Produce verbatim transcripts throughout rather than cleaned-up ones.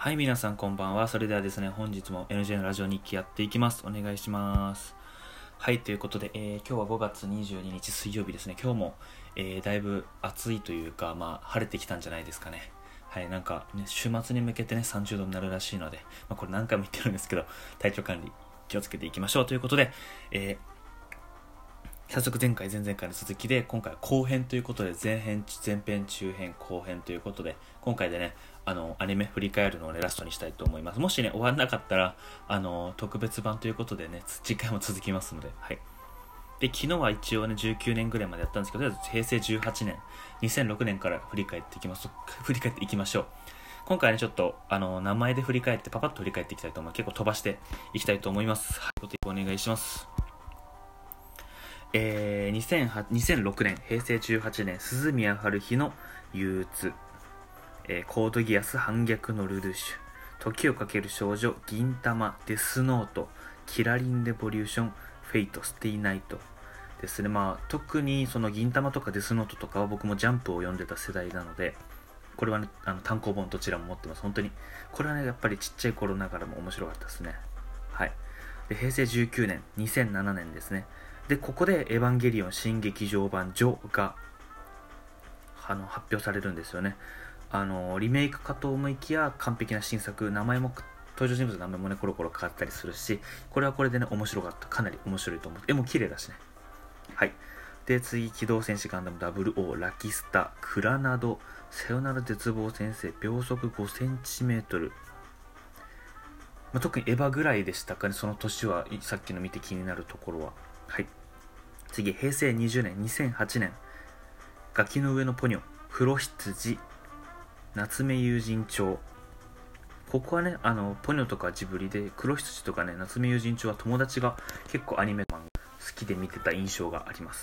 はい、皆さんこんばんは。それではですね、本日も エヌジェー のラジオ日記やっていきます。お願いします。はい、ということで、えー、今日はごがつにじゅうににち水曜日ですね。今日も、えー、だいぶ暑いというか、まあ、晴れてきたんじゃないですかね。はい、なんか、ね、週末に向けてね、さんじゅうどになるらしいので、まあ、これ何回も言ってるんですけど、体調管理気をつけていきましょうということで、えー早速前回前々回の続きで今回は後編ということで前編前編中編後編ということで今回でねあのアニメ振り返るのを、ね、ラストにしたいと思います。もしね終わらなかったらあの特別版ということでね次回も続きますので、はい。で昨日は一応ねじゅうきゅうねんぐらいまでやったんですけどへいせいじゅうはちねんにせんろくねんから振り返っていきます振り返っていきましょう。今回ねちょっとあの名前で振り返ってパパッと振り返っていきたいと思います。結構飛ばしていきたいと思います。はい、お願いします。えー、にせんろくねんへいせいじゅうはちねん鈴宮春日の憂鬱、えー、コードギアス反逆のルルシュ、時をかける少女銀玉、デスノート、キラリンレボリューション、フェイト、ステイナイトですね。まあ特にその銀玉とかデスノートとかは僕もジャンプを読んでた世代なので、これはねあの単行本どちらも持ってます。本当にこれはねやっぱりちっちゃい頃ながらも面白かったですね。はい。でへいせいじゅうきゅうねんにせんななねんですね。でここでエヴァンゲリオン新劇場版ジョがあの発表されるんですよね。あのリメイクかと思いきや完璧な新作、名前も登場人物の名前もねコロコロ変わったりするし、これはこれでね面白かった。かなり面白いと思う。絵も綺麗だしね。はい。で次、機動戦士ガンダム ダブルオー、ラキスタ、クラナド、さよなら絶望先生、秒速 ごセンチメートル、まあ、特にエヴァぐらいでしたかね、その年は。さっきの見て気になるところは。はい。次、へいせいにじゅうねんにせんはちねん、ガキの上のポニョ、風呂羊、夏目友人帳。ここはねあのポニョとかジブリで、黒羊とかね夏目友人帳は友達が結構アニメ漫画好きで見てた印象があります。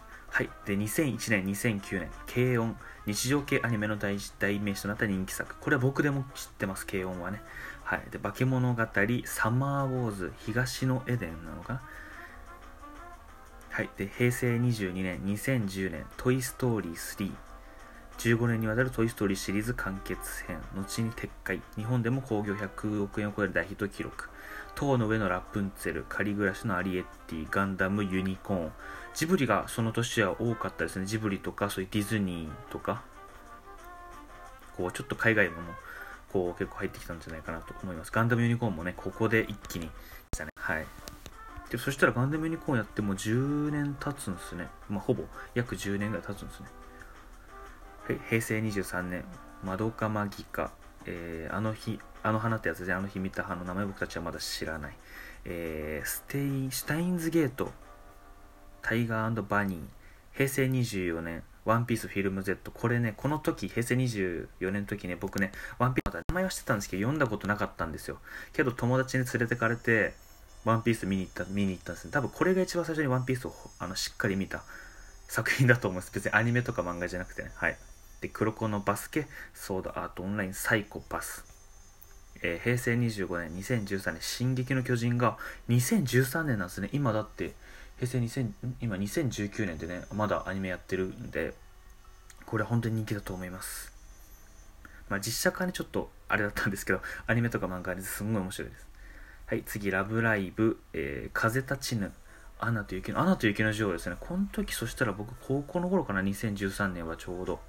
はい。でにせんいちねんにせんきゅうねん、軽音、日常系アニメの 代, 代名詞となった人気作。これは僕でも知ってます。軽音はね。はい。で化け物語、サマーウォーズ、東のエデンなのかな。はい。でへいせいにじゅうにねんにせんじゅうねん、トイストーリースリー、じゅうごねんにわたるトイストーリーシリーズ完結編、後に撤回。日本でも興行ひゃくおくえんを超える大ヒット記録。塔の上のラプンツェル、仮暮らしのアリエッティ、ガンダムユニコーン。ジブリがその年は多かったですね。ジブリとかそういうディズニーとか、こうちょっと海外もこう結構入ってきたんじゃないかなと思います。ガンダムユニコーンもねここで一気にしたね。はい。でそしたらガンダムユニコーンやってもじゅうねん経つんですね。まあほぼ約じゅうねんぐらい経つんですね。へいせいにじゅうさんねん、マドカマギカ、えー、あの日あの花ってやつで、あの日見た花の名前僕たちはまだ知らない。えー、ステイシュタインズゲート、タイガー&バニー。へいせいにじゅうよねん、ワンピースフィルム Z。 これねこの時へいせいにじゅうよねんの時ね僕ねワンピース名前は知ってたんですけど読んだことなかったんですよ。けど友達に連れてかれてワンピース見に行った見に行ったんですね。多分これが一番最初にワンピースをあのしっかり見た作品だと思います。別にアニメとか漫画じゃなくてね。はい。で黒子のバスケ、ソードアートオンライン、サイコパス。えー、へいせいにじゅうごねんにせんじゅうさんねん、進撃の巨人がにせんじゅうさんねんなんですね。今だって平成にせん今にせんじゅうきゅうねんでねまだアニメやってるんで、これは本当に人気だと思います。まあ実写化にちょっとあれだったんですけど、アニメとか漫画ですんごい面白いです。はい。次、ラブライブ、えー、風立ちぬ、アナと雪のアナと雪の女王ですね。この時そしたら僕高校の頃かな。にせんじゅうさんねんはちょうど、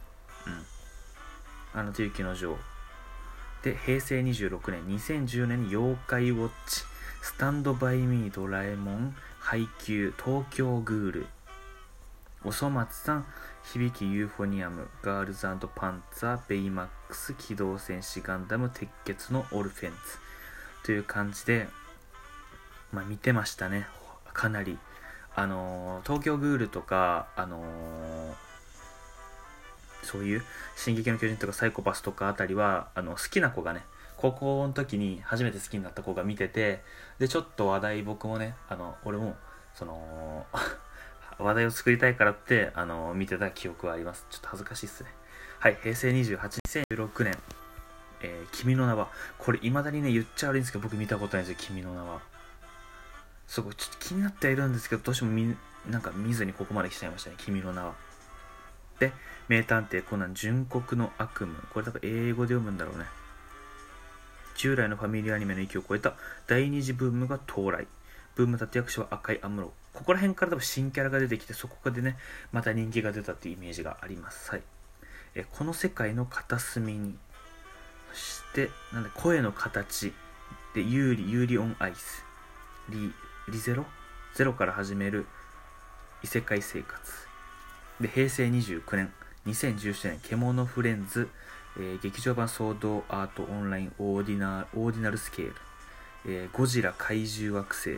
うん、アナと雪の女王で、へいせいにじゅうろくねんにせんじゅうねんに妖怪ウォッチ、スタンドバイミー、ドラえもん、配給、東京グール、おそ松さん、響きユーフォニアム、ガールズ&パンツァー、ベイマックス、機動戦士ガンダム、鉄血のオルフェンズという感じで、まあ見てましたね。かなりあのー、東京グールとかあのー、そういう進撃の巨人とかサイコパスとかあたりはあの好きな子がね高校の時に初めて好きになった子が見てて、でちょっと話題僕もねあの俺もその話題を作りたいからってあの見てた記憶はあります。ちょっと恥ずかしいっすね。はい。へいせいにじゅうはちねんにせんじゅうろくねん、えー、君の名は。これ未だにね言っちゃ悪いんですけど僕見たことないんですよ。君の名はすごいちょっと気になってはいるんですけど、どうしても見なんか見ずにここまで来ちゃいましたね。君の名は。で、名探偵コナン、純国の悪夢。これ多分英語で読むんだろうね。 従来のファミリーアニメの域を超えた第二次ブームが到来。ブーム立役者は赤いアムロ。ここら辺から多分新キャラが出てきて、そこでねまた人気が出たっていうイメージがあります。はい。えこの世界の片隅に、そしてなんだ声の形でユーリユーリオンアイス、リリゼロゼロから始める異世界生活で、平成にじゅうきゅうねんにせんじゅうななねん獣フレンズ、えー、劇場版ソードアートオンラインオーディナオーディナルスケール、えー、ゴジラ怪獣惑星、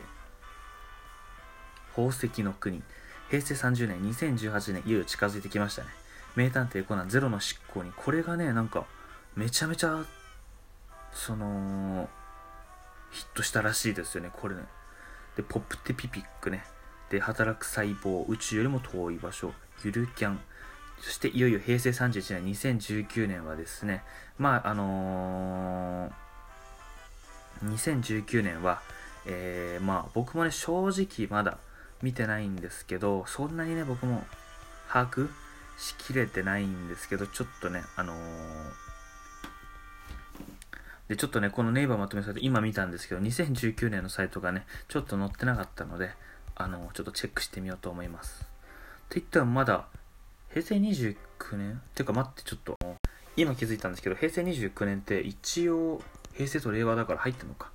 宝石の国、平成さんじゅうねんにせんじゅうはちねん、いよいよ近づいてきましたね。名探偵コナンゼロの執行に、これがねなんかめちゃめちゃそのヒットしたらしいですよね、これね。でポップテピピックね、で働く細胞、宇宙よりも遠い場所、ゆるキャン、そしていよいよ平成さんじゅういちねんにせんじゅうきゅうねんはですね、まああのー、にせんじゅうきゅうねんは、えー、まあ僕もね正直まだ見てないんですけど、そんなにね僕も把握しきれてないんですけど、ちょっとねあのー、でちょっとねこのネイバーまとめサイト今見たんですけど、にせんじゅうきゅうねんのサイトがねちょっと載ってなかったので、あのー、ちょっとチェックしてみようと思います。って言ったらまだ平成にじゅうきゅうねんっていうか、待って、ちょっと今気づいたんですけど、平成にじゅうきゅうねんって一応平成と令和だから入ってるのか、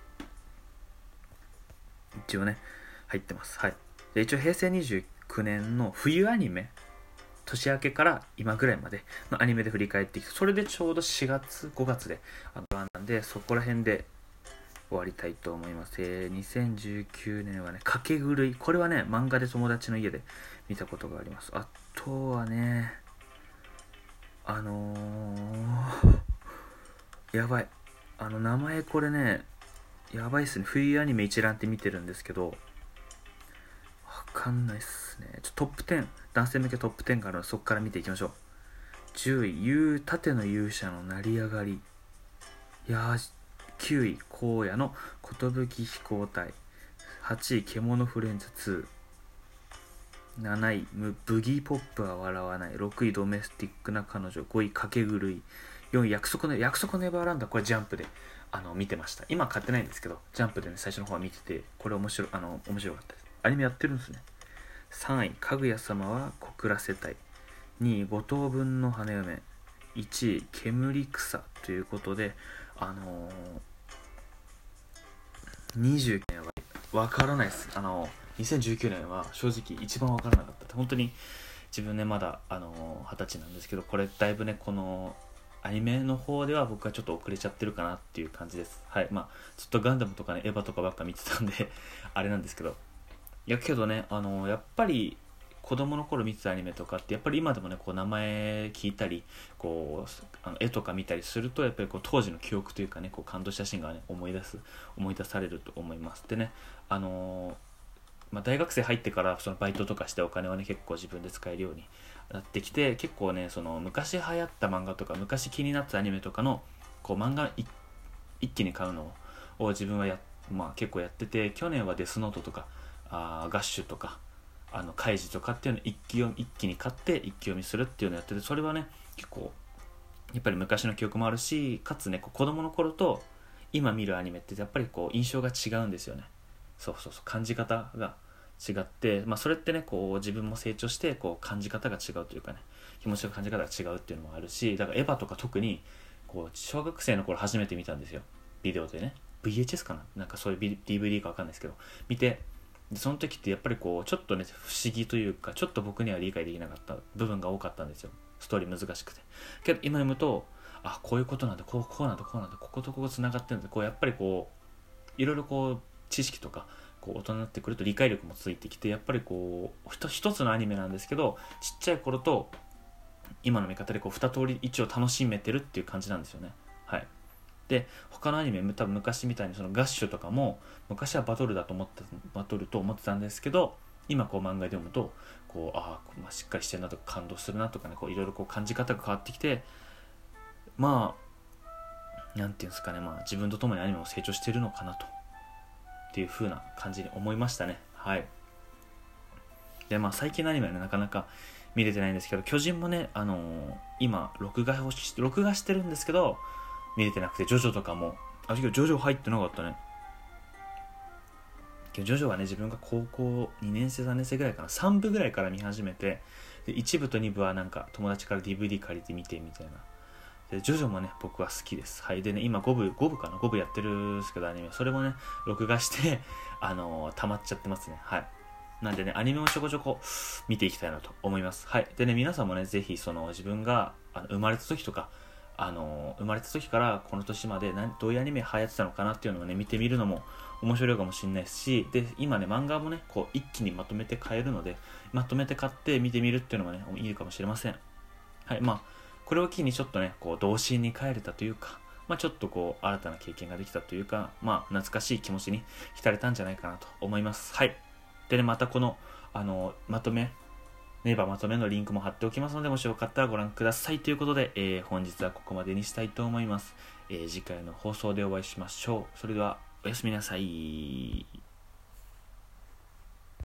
一応ね入ってます。はい。で一応平成にじゅうきゅうねんの冬アニメ、年明けから今ぐらいまでのアニメで振り返ってきて、それでちょうどしがつごがつであのなんで、そこら辺で終わりたいと思います。えー、にせんじゅうきゅうねんはねかけ狂い、これはね漫画で友達の家で見たことがあります。あとはねあのー、やばい、あの名前これねやばいっすね。冬アニメ一覧って見てるんですけどわかんないっすね。ちょトップじゅう、男性向けトップじゅうがあるのでそこから見ていきましょう。じゅうい、盾の勇者の成り上がり。いやー、きゅうい荒野の寿飛行隊、はちい獣フレンズツー、なないブギーポップは笑わない、ろくいドメスティックな彼女、ごいかけ狂い、よんい約束の約束ネバーランド。これジャンプであの見てました。今買ってないんですけどジャンプでね最初の方は見てて、これ面白あの面白かったです。アニメやってるんですね。さんいかぐや様は小倉世帯、にいご等分の花嫁、いちい煙草ということで、あのー、にじゅうきゅうねんはわからないです。あのー、にせんじゅうきゅうねんは正直一番わからなかった。本当に自分ねまだあのー、はたちなんですけど、これだいぶねこのアニメの方では僕はちょっと遅れちゃってるかなっていう感じです。はい。まあずっとガンダムとかねエヴァとかばっか見てたんであれなんですけど、いやけどねあのー、やっぱり子供の頃見てたアニメとかってやっぱり今でもねこう名前聞いたりこうあの絵とか見たりするとやっぱりこう当時の記憶というかねこう感動したシーンがね思い出す思い出されると思います。でねあのーまあ、大学生入ってからそのバイトとかしてお金はね結構自分で使えるようになってきて、結構ねその昔流行った漫画とか昔気になったアニメとかのこう漫画一気に買うのを自分はや、まあ、結構やってて、去年はデスノートとかあガッシュとかあのカイジとかっていうのを一気読み一気に買って一気読みするっていうのをやってて、それはね結構やっぱり昔の記憶もあるし、かつねこう子供の頃と今見るアニメってやっぱりこう印象が違うんですよね。そうそうそう、感じ方が違って、まあ、それってねこう自分も成長してこう感じ方が違うというかね、気持ちの感じ方が違うっていうのもあるし、だからエヴァとか特にこう小学生の頃初めて見たんですよ、ビデオでね。 ブイエイチエス かな、なんかそういう ディーブイディー か分かんないですけど見て、でその時ってやっぱりこうちょっとね不思議というかちょっと僕には理解できなかった部分が多かったんですよ。ストーリー難しくて。けど今読むとあこういうことなんだ、こうこうなんだこうなんだ、こことここつながってるんだ、こうやっぱりこういろいろこう知識とかこう大人になってくると理解力もついてきて、やっぱりこう一つのアニメなんですけどちっちゃい頃と今の見方でこう二通り一応楽しめてるっていう感じなんですよね。はい。で他のアニメ多分昔みたいにそのガッシュとかも昔はバトルだと思ってバトルと思ってたんですけど、今こう漫画で読むとこうああ、まあ、しっかりしてるなとか感動するなとかね、こういろいろこう感じ方が変わってきて、まあなんていうんですかね、まあ自分と共にアニメも成長しているのかなとっていう風な感じに思いましたね。はい。でまあ最近のアニメは、ね、なかなか見れてないんですけど、巨人もねあのー、今録画をし録画してるんですけど見れてなくて、ジョジョとかもあ、ジョジョ入ってなかったね。ジョジョはね、自分が高校にねん生さんねん生ぐらいかな、さん部ぐらいから見始めて、でいち部とに部はなんか友達から ディーブイディー 借りて見てみたいな。でジョジョもね僕は好きです。はい。でね、今ご部ご部かなご部やってるんですけど、アニメそれもね録画してあのー、溜まっちゃってますね。はい。なんでね、アニメもちょこちょこ見ていきたいなと思います。はい。でね、皆さんもね、ぜひその自分があの生まれた時とか、あのー、生まれた時からこの年まで何どういうアニメ流行ってたのかなっていうのをね見てみるのも面白いかもしれないですし、で今ね漫画もねこう一気にまとめて買えるので、まとめて買って見てみるっていうのもねいいかもしれません。はい。まあこれを機にちょっとねこう童心に帰れたというか、まあ、ちょっとこう新たな経験ができたというか、まあ懐かしい気持ちに浸れたんじゃないかなと思います。はい。でね、またこのあのまとめネイバーまとめのリンクも貼っておきますので、もしよかったらご覧くださいということで、えー、本日はここまでにしたいと思います。えー、次回の放送でお会いしましょう。それではおやすみなさい。